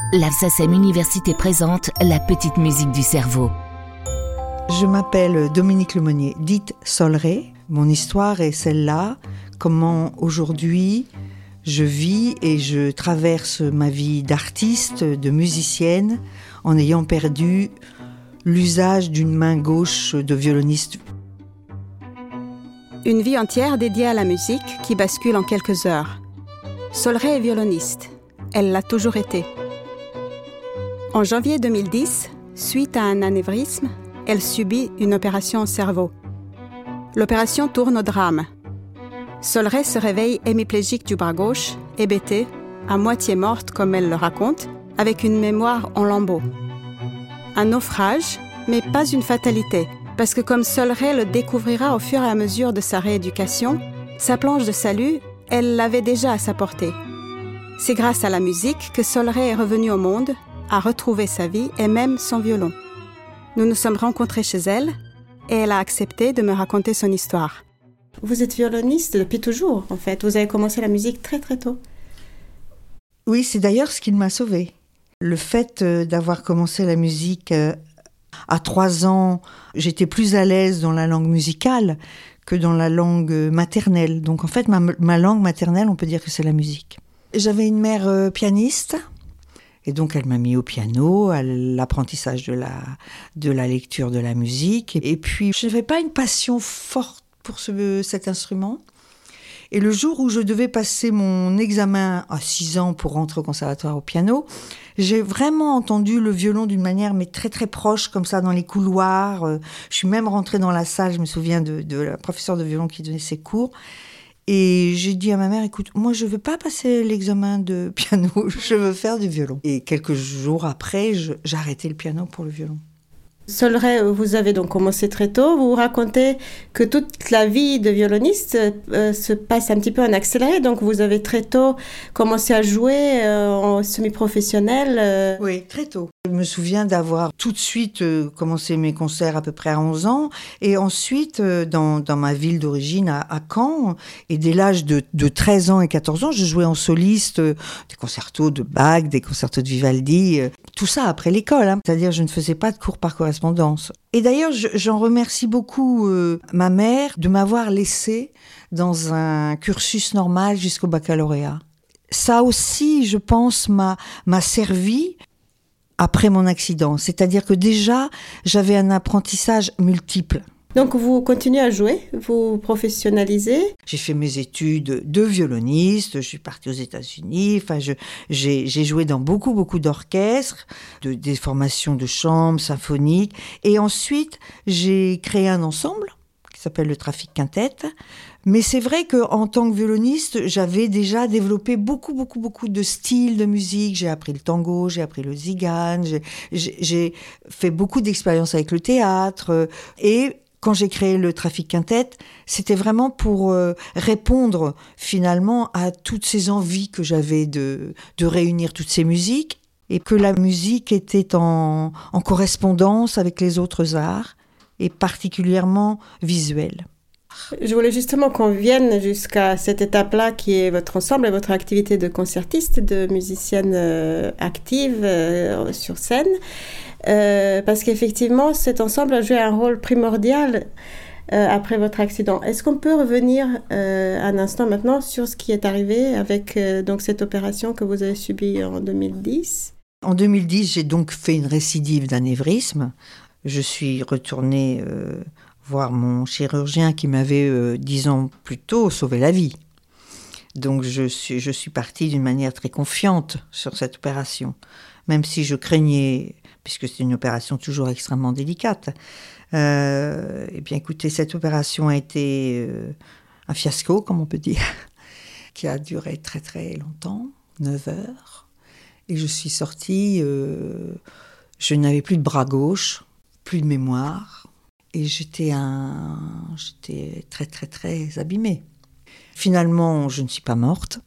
l'Alsacem Université présente la petite musique du cerveau. Je m'appelle Dominique Lemonnier, dite Solray. Mon histoire est celle-là. Comment aujourd'hui je vis et je traverse ma vie d'artiste, de musicienne, en ayant perdu l'usage d'une main gauche de violoniste. Une vie entière dédiée à la musique qui bascule en quelques heures. Solray est violoniste. Elle l'a toujours été. En janvier 2010, suite à un anévrisme, elle subit une opération au cerveau. L'opération tourne au drame. Solray se réveille hémiplégique du bras gauche, hébétée, à moitié morte comme elle le raconte, avec une mémoire en lambeaux. Un naufrage, mais pas une fatalité, parce que comme Solray le découvrira au fur et à mesure de sa rééducation, sa planche de salut, elle l'avait déjà à sa portée. C'est grâce à la musique que Solray est revenue au monde, a retrouvé sa vie et même son violon. Nous nous sommes rencontrés chez elle et elle a accepté de me raconter son histoire. Vous êtes violoniste depuis toujours, en fait. Vous avez commencé la musique très très tôt. Oui, c'est d'ailleurs ce qui m'a sauvée. Le fait d'avoir commencé la musique à 3 ans, j'étais plus à l'aise dans la langue musicale que dans la langue maternelle. Donc en fait, ma langue maternelle, on peut dire que c'est la musique. J'avais une mère pianiste. Et donc, elle m'a mis au piano, à l'apprentissage de la lecture de la musique. Et puis, je n'avais pas une passion forte pour cet instrument. Et le jour où je devais passer mon examen à 6 ans pour rentrer au conservatoire au piano, j'ai vraiment entendu le violon d'une manière mais très très proche, comme ça, dans les couloirs. Je suis même rentrée dans la salle, je me souviens de la professeure de violon qui donnait ses cours. Et j'ai dit à ma mère, écoute, moi je veux pas passer l'examen de piano, je veux faire du violon. Et quelques jours après, j'ai arrêté le piano pour le violon. Solray, vous avez donc commencé très tôt. Vous racontez que toute la vie de violoniste se passe un petit peu en accéléré. Donc vous avez très tôt commencé à jouer en semi-professionnel. Oui, très tôt. Je me souviens d'avoir tout de suite commencé mes concerts à peu près à 11 ans. Et ensuite, dans ma ville d'origine, à Caen, et dès l'âge de 13 ans et 14 ans, je jouais en soliste des concertos de Bach, des concertos de Vivaldi. Tout ça après l'école. C'est-à-dire, je ne faisais pas de cours par correspondance. Et d'ailleurs, j'en remercie beaucoup ma mère de m'avoir laissée dans un cursus normal jusqu'au baccalauréat. Ça aussi, je pense, m'a servi après mon accident. C'est-à-dire que déjà, j'avais un apprentissage multiple. Donc vous continuez à jouer, vous professionnalisez. J'ai fait mes études de violoniste, je suis partie aux États-Unis, j'ai joué dans beaucoup d'orchestres, des formations de chambre, symphoniques, et ensuite j'ai créé un ensemble qui s'appelle le Trafic Quintet. Mais c'est vrai qu'en tant que violoniste, j'avais déjà développé beaucoup de styles de musique. J'ai appris le tango, j'ai appris le zigan, j'ai fait beaucoup d'expériences avec le théâtre. Et quand j'ai créé le Trafic Quintet, c'était vraiment pour répondre finalement à toutes ces envies que j'avais de réunir toutes ces musiques et que la musique était en correspondance avec les autres arts et particulièrement visuelle. Je voulais justement qu'on vienne jusqu'à cette étape-là qui est votre ensemble et votre activité de concertiste, de musicienne active sur scène. Parce qu'effectivement, cet ensemble a joué un rôle primordial après votre accident. Est-ce qu'on peut revenir un instant maintenant sur ce qui est arrivé avec donc cette opération que vous avez subie en 2010 ? En 2010, j'ai donc fait une récidive d'anévrisme. Je suis retournée voir mon chirurgien qui m'avait 10 ans plus tôt sauvé la vie. Donc je suis partie d'une manière très confiante sur cette opération, même si je craignais, puisque c'est une opération toujours extrêmement délicate. Eh bien écoutez, cette opération a été un fiasco, comme on peut dire, qui a duré très très longtemps, 9 heures. Et je suis sortie, je n'avais plus de bras gauche, plus de mémoire. Et j'étais très, très, très abîmée. Finalement, je ne suis pas morte.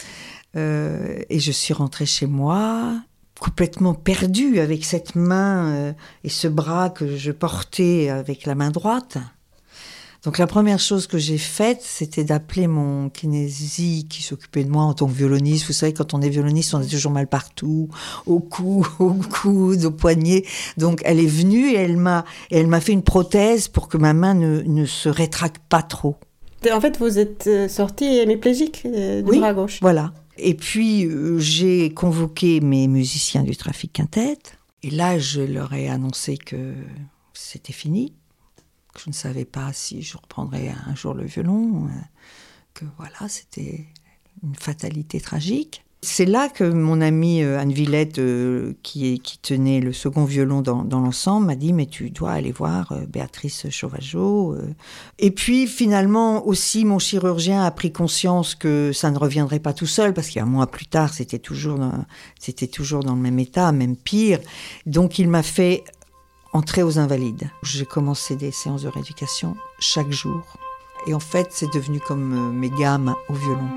Et je suis rentrée chez moi, complètement perdue avec cette main et ce bras que je portais avec la main droite. Donc la première chose que j'ai faite, c'était d'appeler mon kinési qui s'occupait de moi en tant que violoniste. Vous savez, quand on est violoniste, on a toujours mal partout, au cou, au coude, au poignet. Donc elle est venue et elle m'a fait une prothèse pour que ma main ne se rétracte pas trop. En fait, vous êtes sortie hémiplégique du bras gauche. Voilà. Et puis j'ai convoqué mes musiciens du Trafic Quintet. Et là, je leur ai annoncé que c'était fini. Je ne savais pas si je reprendrais un jour le violon, que voilà, c'était une fatalité tragique. C'est là que mon amie Anne Villette, qui tenait le second violon dans l'ensemble, m'a dit « Mais tu dois aller voir Béatrice Sauvageau. » Et puis finalement aussi, mon chirurgien a pris conscience que ça ne reviendrait pas tout seul, parce qu'un mois plus tard, c'était toujours dans le même état, même pire. Donc il m'a fait entrer aux Invalides. J'ai commencé des séances de rééducation chaque jour. Et en fait, c'est devenu comme mes gammes au violon.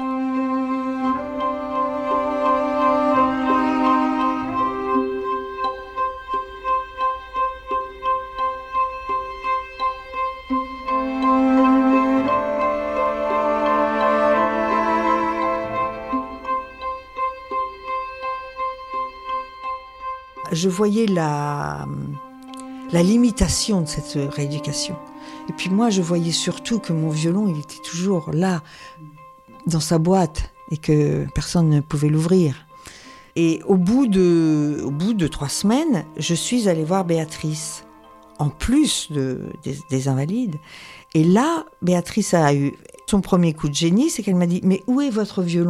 Je voyais la limitation de cette rééducation. Et puis moi, je voyais surtout que mon violon, il était toujours là, dans sa boîte, et que personne ne pouvait l'ouvrir. Et au bout de 3 semaines, je suis allée voir Béatrice, en plus des Invalides. Et là, Béatrice a eu son premier coup de génie, c'est qu'elle m'a dit « Mais où est votre violon ?»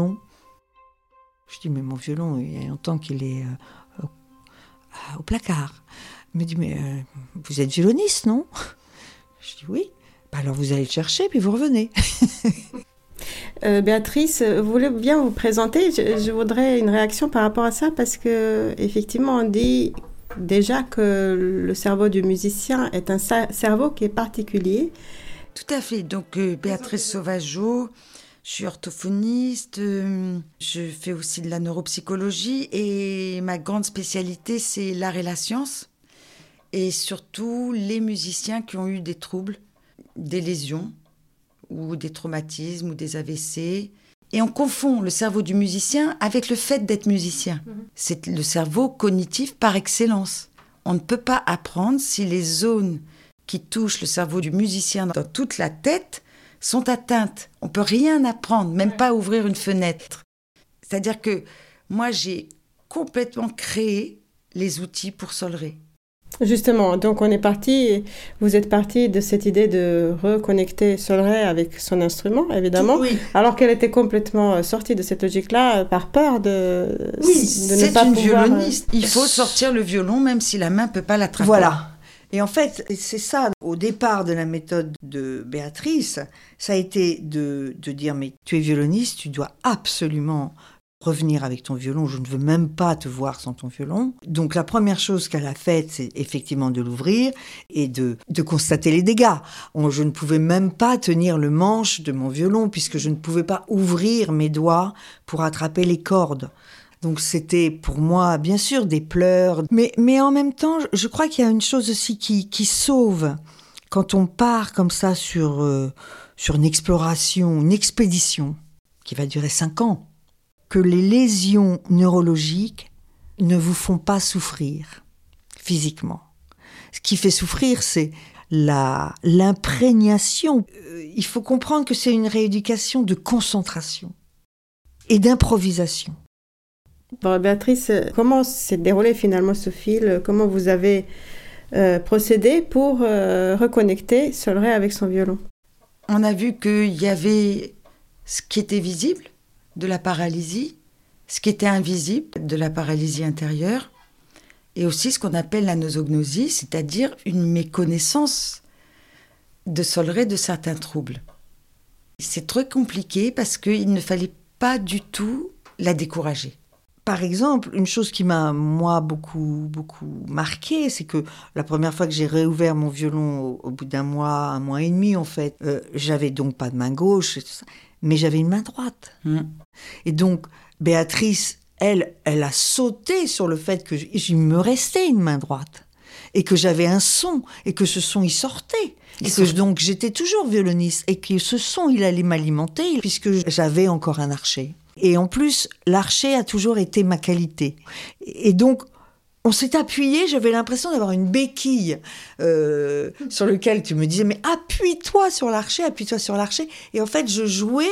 Je dis « Mais mon violon, il y a longtemps qu'il est au placard. » Elle me dit « Mais vous êtes violoniste, non ?» Je dis « Oui. » Alors vous allez le chercher, puis vous revenez. Béatrice, vous voulez bien vous présenter ? Je voudrais une réaction par rapport à ça, parce que effectivement, on dit déjà que le cerveau du musicien est un cerveau qui est particulier. Tout à fait. Donc Béatrice Sauvageau, je suis orthophoniste, je fais aussi de la neuropsychologie et ma grande spécialité, c'est l'art et la science. Et surtout les musiciens qui ont eu des troubles, des lésions ou des traumatismes ou des AVC. Et on confond le cerveau du musicien avec le fait d'être musicien. C'est le cerveau cognitif par excellence. On ne peut pas apprendre si les zones qui touchent le cerveau du musicien dans toute la tête sont atteintes. On ne peut rien apprendre, même pas ouvrir une fenêtre. C'est-à-dire que moi, j'ai complètement créé les outils pour Sol Ré. Justement, donc vous êtes parti de cette idée de reconnecter Sol Ré avec son instrument, évidemment, oui. Alors qu'elle était complètement sortie de cette logique-là par peur de ne pas pouvoir... Oui, c'est une violoniste. Il faut sortir le violon même si la main ne peut pas l'attraper. Voilà. Et en fait, c'est ça, au départ de la méthode de Béatrice, ça a été de dire « Mais tu es violoniste, tu dois absolument revenir avec ton violon, je ne veux même pas te voir sans ton violon. » Donc la première chose qu'elle a faite, c'est effectivement de l'ouvrir et de constater les dégâts. Je ne pouvais même pas tenir le manche de mon violon puisque je ne pouvais pas ouvrir mes doigts pour attraper les cordes. Donc c'était pour moi, bien sûr, des pleurs. Mais en même temps, je crois qu'il y a une chose aussi qui sauve quand on part comme ça sur une exploration, une expédition qui va durer 5 ans, que les lésions neurologiques ne vous font pas souffrir physiquement. Ce qui fait souffrir, c'est l'imprégnation. Il faut comprendre que c'est une rééducation de concentration et d'improvisation. Bon, Béatrice, comment s'est déroulé finalement ce fil ? Comment vous avez procédé pour reconnecter Sol Ré avec son violon ? On a vu qu'il y avait ce qui était visible de la paralysie, ce qui était invisible de la paralysie intérieure, et aussi ce qu'on appelle la nosognosie, c'est-à-dire une méconnaissance de Sol Ré de certains troubles. C'est très compliqué parce qu'il ne fallait pas du tout la décourager. Par exemple, une chose qui m'a, moi, beaucoup marquée, c'est que la première fois que j'ai réouvert mon violon au bout d'un mois, 1 mois et demi, en fait, j'avais donc pas de main gauche, et tout ça, mais j'avais une main droite. Et donc, Béatrice, elle a sauté sur le fait que il me restait une main droite. et que j'avais un son, et que ce son, il sortait. Donc, j'étais toujours violoniste, et que ce son, il allait m'alimenter, puisque j'avais encore un archet. Et en plus, l'archet a toujours été ma qualité. Et donc, on s'est appuyé, j'avais l'impression d'avoir une béquille sur laquelle tu me disais, mais appuie-toi sur l'archet. Et en fait, je jouais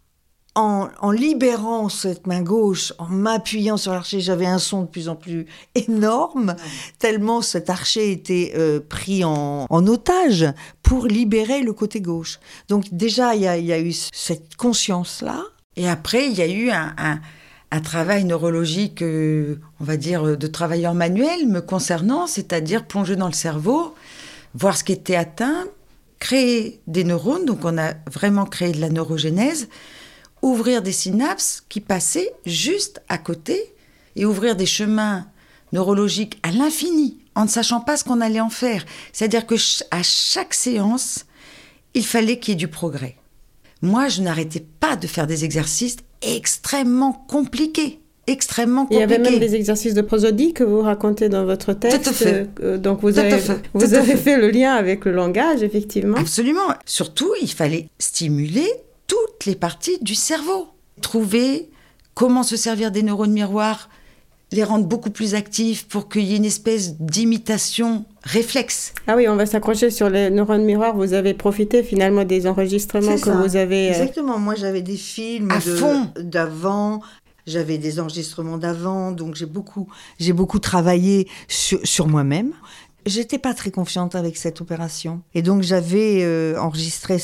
en libérant cette main gauche, en m'appuyant sur l'archet. J'avais un son de plus en plus énorme, tellement cet archet était pris en otage pour libérer le côté gauche. Donc déjà, il y a eu cette conscience-là. Et après, il y a eu un travail neurologique, on va dire, de travailleur manuel me concernant, c'est-à-dire plonger dans le cerveau, voir ce qui était atteint, créer des neurones, donc on a vraiment créé de la neurogénèse, ouvrir des synapses qui passaient juste à côté et ouvrir des chemins neurologiques à l'infini, en ne sachant pas ce qu'on allait en faire. C'est-à-dire qu'à chaque séance, il fallait qu'il y ait du progrès. Moi, je n'arrêtais pas de faire des exercices extrêmement compliqués. Il y avait même des exercices de prosodie que vous racontez dans votre texte. Tout à fait. Donc vous avez fait le lien avec le langage, effectivement. Absolument. Surtout, il fallait stimuler toutes les parties du cerveau. Trouver comment se servir des neurones miroirs, les rendre beaucoup plus actifs pour qu'il y ait une espèce d'imitation réflexe. Ah oui, on va s'accrocher sur les neurones miroirs. Vous avez profité finalement des enregistrements que vous avez... Exactement. Moi, j'avais des films d'avant, j'avais des enregistrements d'avant, donc j'ai beaucoup travaillé sur moi-même. J'étais pas très confiante avec cette opération. Et donc, j'avais enregistré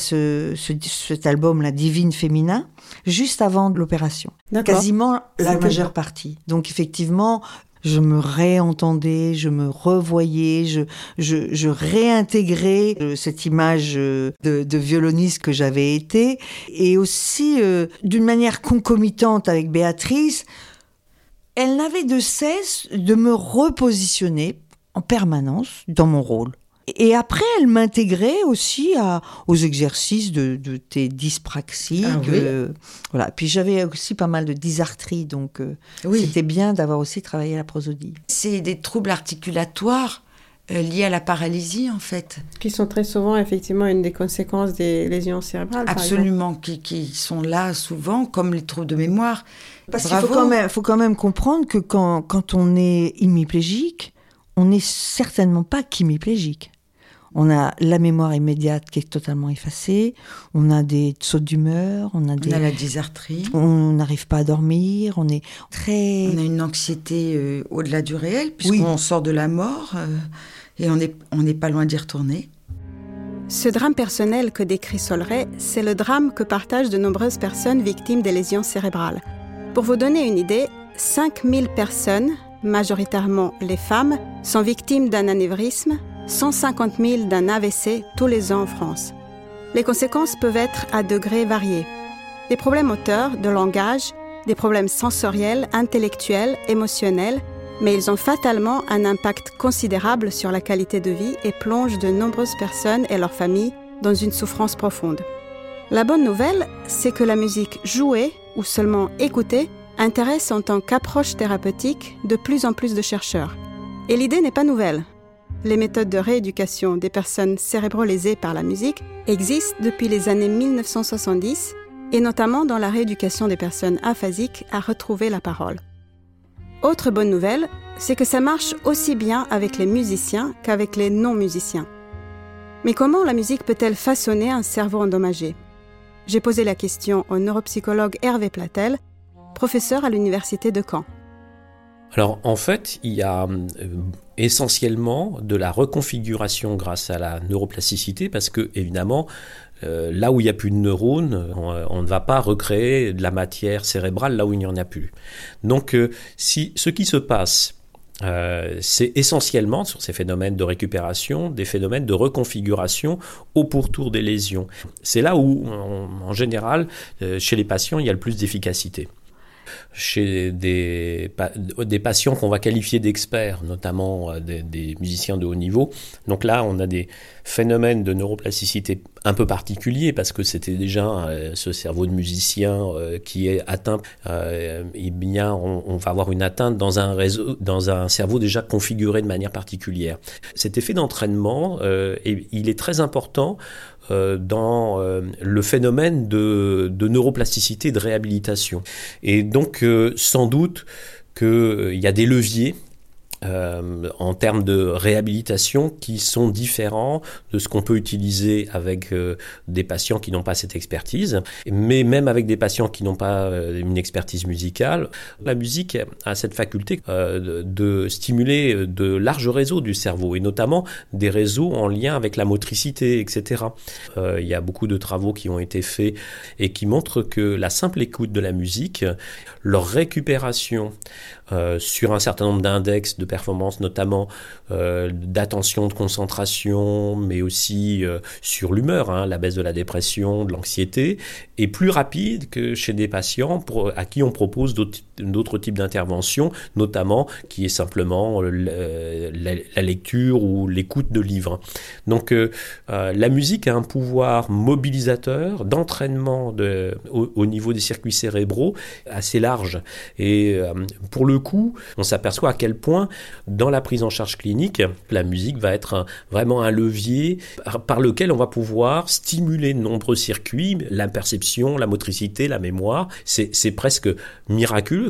cet album, La Divine Féminin, juste avant de l'opération. D'accord. Quasiment la majeure partie. Donc, effectivement, je me réentendais, je me revoyais, je réintégrais cette image de violoniste que j'avais été. Et aussi, d'une manière concomitante avec Béatrice, elle n'avait de cesse de me repositionner en permanence dans mon rôle. Et après, elle m'intégrait aussi aux exercices de tes dyspraxies. Voilà. Puis j'avais aussi pas mal de dysarthrie, donc c'était bien d'avoir aussi travaillé la prosodie. C'est des troubles articulatoires liés à la paralysie, en fait. Qui sont très souvent, effectivement, une des conséquences des cérébrales. Absolument, qui sont là souvent, comme les troubles de mémoire. Parce qu'il faut quand même comprendre que quand on est hémiplégique, on n'est certainement pas hémiplégique. On a la mémoire immédiate qui est totalement effacée, on a des sauts d'humeur, on a la dysarthrie. On n'arrive pas à dormir, on est très... On a une anxiété au-delà du réel, puisqu'on sort de la mort et on n'est pas loin d'y retourner. Ce drame personnel que décrit Solray, c'est le drame que partagent de nombreuses personnes victimes des lésions cérébrales. Pour vous donner une idée, 5000 personnes, majoritairement les femmes, sont victimes d'un anévrisme, 150 000 d'un AVC tous les ans en France. Les conséquences peuvent être à degrés variés. Des problèmes moteurs, de langage, des problèmes sensoriels, intellectuels, émotionnels, mais ils ont fatalement un impact considérable sur la qualité de vie et plongent de nombreuses personnes et leurs familles dans une souffrance profonde. La bonne nouvelle, c'est que la musique jouée ou seulement écoutée intéresse en tant qu'approche thérapeutique de plus en plus de chercheurs. Et l'idée n'est pas nouvelle. Les méthodes de rééducation des personnes cérébro-lésées par la musique existent depuis les années 1970 et notamment dans la rééducation des personnes aphasiques à retrouver la parole. Autre bonne nouvelle, c'est que ça marche aussi bien avec les musiciens qu'avec les non-musiciens. Mais comment la musique peut-elle façonner un cerveau endommagé ? J'ai posé la question au neuropsychologue Hervé Platel, professeur à l'université de Caen. Alors en fait, il y a essentiellement de la reconfiguration grâce à la neuroplasticité parce que évidemment, là où il n'y a plus de neurones, on ne va pas recréer de la matière cérébrale là où il n'y en a plus. Donc ce qui se passe, c'est essentiellement sur ces phénomènes de récupération, des phénomènes de reconfiguration au pourtour des lésions. C'est là où, en général, chez les patients, il y a le plus d'efficacité. chez des patients qu'on va qualifier d'experts, notamment des musiciens de haut niveau. Donc là, on a des phénomènes de neuroplasticité un peu particuliers parce que c'était déjà ce cerveau de musicien qui est atteint. Eh bien, on va avoir une atteinte dans un cerveau déjà configuré de manière particulière. Cet effet d'entraînement, il est très important dans le phénomène de neuroplasticité et de réhabilitation. Et donc, sans doute qu'il y a des leviers en termes de réhabilitation qui sont différents de ce qu'on peut utiliser avec des patients qui n'ont pas cette expertise. Mais même avec des patients qui n'ont pas une expertise musicale, la musique a cette faculté de stimuler de larges réseaux du cerveau, et notamment des réseaux en lien avec la motricité, etc. Il y a beaucoup de travaux qui ont été faits et qui montrent que la simple écoute de la musique, leur récupération sur un certain nombre d'index de performance, notamment d'attention, de concentration, mais aussi sur l'humeur, la baisse de la dépression, de l'anxiété, est plus rapide que chez des patients à qui on propose d'autres types d'interventions, notamment qui est simplement la lecture ou l'écoute de livres. Donc la musique a un pouvoir mobilisateur, d'entraînement au niveau des circuits cérébraux assez large. Et pour le coup, on s'aperçoit à quel point, dans la prise en charge clinique, la musique va être vraiment un levier par lequel on va pouvoir stimuler de nombreux circuits, la perception, la motricité, la mémoire. C'est presque miraculeux.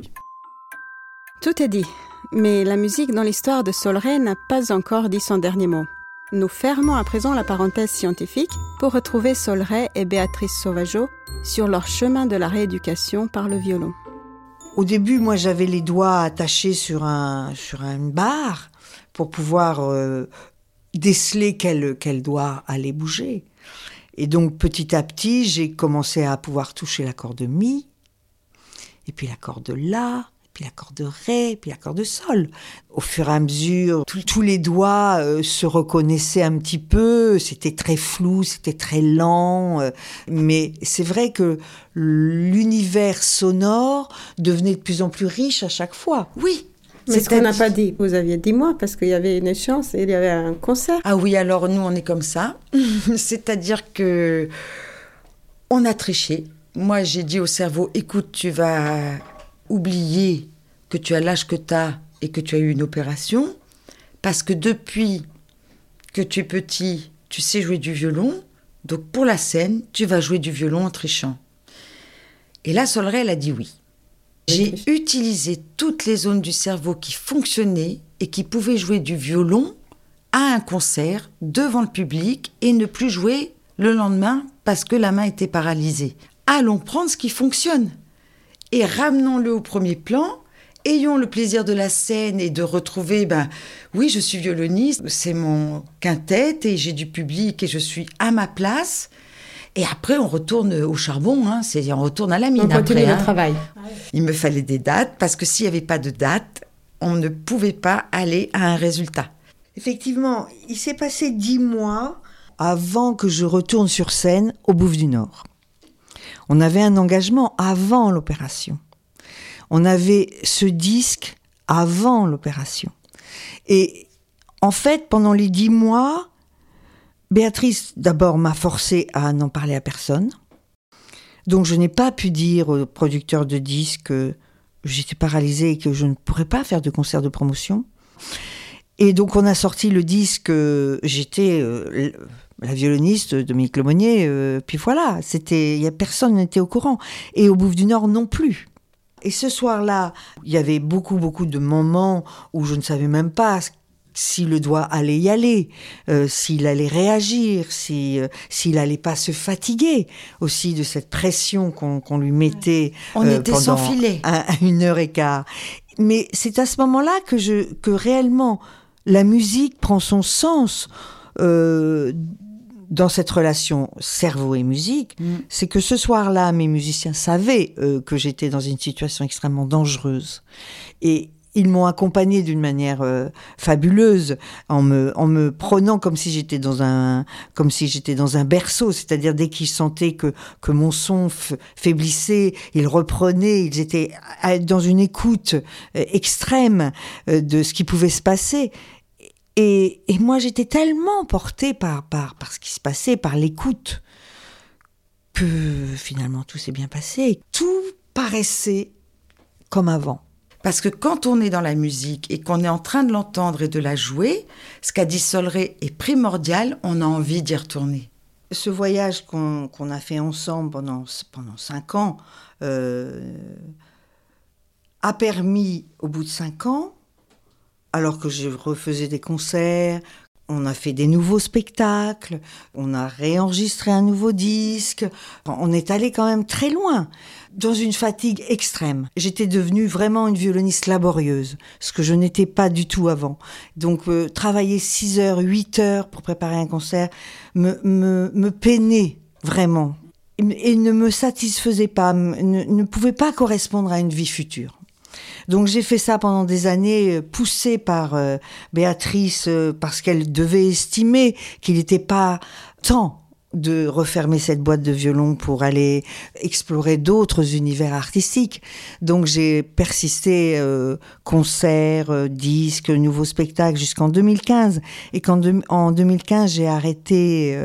Tout est dit, mais la musique dans l'histoire de Solray n'a pas encore dit son dernier mot. Nous fermons à présent la parenthèse scientifique pour retrouver Solray et Béatrice Sauvageau sur leur chemin de la rééducation par le violon. Au début, moi, j'avais les doigts attachés sur une barre pour pouvoir déceler quel doigt allait bouger. Et donc, petit à petit, j'ai commencé à pouvoir toucher l'accord de Mi, et puis l'accord de La, puis l'accord de Ré, puis l'accord de Sol. Au fur et à mesure, tous les doigts se reconnaissaient un petit peu, c'était très flou, c'était très lent, mais c'est vrai que l'univers sonore devenait de plus en plus riche à chaque fois. Oui. Mais ce qu'on n'a pas dit, vous aviez dit moi, parce qu'il y avait une échéance et il y avait un concert. Ah oui, alors nous on est comme ça, c'est-à-dire que on a triché. Moi j'ai dit au cerveau, écoute, tu vas oublier que tu as l'âge que tu as et que tu as eu une opération, parce que depuis que tu es petit, tu sais jouer du violon, donc pour la scène, tu vas jouer du violon en trichant. Et là, Solray, elle a dit oui. J'ai utilisé toutes les zones du cerveau qui fonctionnaient et qui pouvaient jouer du violon à un concert devant le public et ne plus jouer le lendemain parce que la main était paralysée. Allons prendre ce qui fonctionne et ramenons-le au premier plan. Ayons le plaisir de la scène et de retrouver, oui, je suis violoniste, c'est mon quintet et j'ai du public et je suis à ma place. Et après, on retourne au charbon, on retourne à la mine. On continue le travail. Il me fallait des dates, parce que s'il n'y avait pas de date, on ne pouvait pas aller à un résultat. Effectivement, il s'est passé 10 mois avant que je retourne sur scène au Bouffe du Nord. On avait un engagement avant l'opération. On avait ce disque avant l'opération. Et en fait, pendant les 10 mois, Béatrice, d'abord, m'a forcé à n'en parler à personne. Donc, je n'ai pas pu dire au producteur de disques que j'étais paralysée et que je ne pourrais pas faire de concert de promotion. Et donc, on a sorti le disque. J'étais la violoniste Dominique Lemonnier. Puis voilà, personne n'était au courant. Et au Bouffe du Nord non plus. Et ce soir-là, il y avait beaucoup de moments où je ne savais même pas si le doigt allait y aller, s'il allait réagir, s'il allait pas se fatiguer aussi de cette pression qu'on lui mettait on était pendant sans filet. 1h15. Mais c'est à ce moment-là que réellement la musique prend son sens dans cette relation cerveau et musique. C'est que ce soir-là, mes musiciens savaient que j'étais dans une situation extrêmement dangereuse. Et Ils m'ont accompagnée d'une manière fabuleuse, en me prenant comme si j'étais dans un berceau, c'est-à-dire dès qu'ils sentaient que mon son faiblissait, ils reprenaient, ils étaient dans une écoute extrême de ce qui pouvait se passer. Et moi, j'étais tellement portée par ce qui se passait, par l'écoute, que finalement tout s'est bien passé. Tout paraissait comme avant. Parce que quand on est dans la musique et qu'on est en train de l'entendre et de la jouer, ce qu'a dit Solray est primordial, on a envie d'y retourner. Ce voyage qu'on a fait ensemble pendant 5 ans a permis, au bout de 5 ans, alors que je refaisais des concerts, on a fait des nouveaux spectacles, on a réenregistré un nouveau disque, on est allé quand même très loin, dans une fatigue extrême. J'étais devenue vraiment une violoniste laborieuse, ce que je n'étais pas du tout avant. Donc travailler 6 heures, 8 heures pour préparer un concert me peinait vraiment et ne me satisfaisait pas, ne pouvait pas correspondre à une vie future. Donc j'ai fait ça pendant des années, poussée par Béatrice, parce qu'elle devait estimer qu'il n'était pas temps de refermer cette boîte de violon pour aller explorer d'autres univers artistiques. Donc j'ai persisté, concerts, disques, nouveaux spectacles jusqu'en 2015. Et en 2015, j'ai arrêté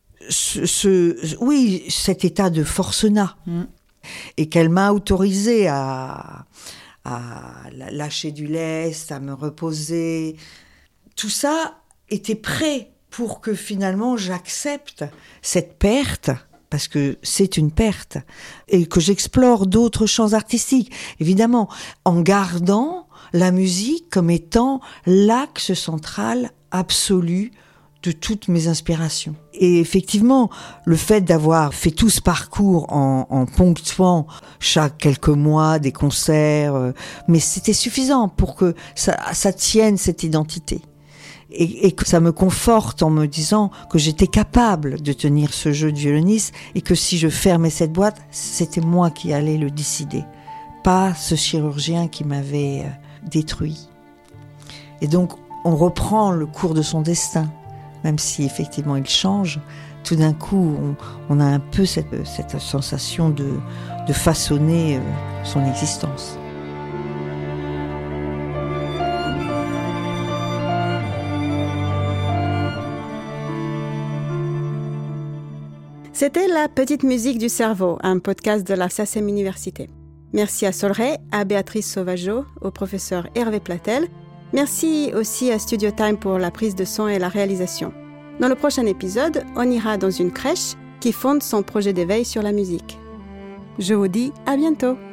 cet état de forcenat. Et qu'elle m'a autorisée à lâcher du lest, à me reposer. Tout ça était prêt pour que finalement j'accepte cette perte, parce que c'est une perte, et que j'explore d'autres champs artistiques, évidemment, en gardant la musique comme étant l'axe central absolu de toutes mes inspirations. Et effectivement, le fait d'avoir fait tout ce parcours en ponctuant chaque quelques mois des concerts, mais c'était suffisant pour que ça tienne cette identité. Et que ça me conforte en me disant que j'étais capable de tenir ce jeu de violoniste et que si je fermais cette boîte, c'était moi qui allais le décider, pas ce chirurgien qui m'avait détruit. Et donc, on reprend le cours de son destin. Même si effectivement il change, tout d'un coup, on a un peu cette sensation de façonner son existence. C'était La Petite Musique du Cerveau, un podcast de la SACEM Université. Merci à Solray, à Béatrice Sauvageau, au professeur Hervé Platel. Merci aussi à Studio Time pour la prise de son et la réalisation. Dans le prochain épisode, on ira dans une crèche qui fonde son projet d'éveil sur la musique. Je vous dis à bientôt.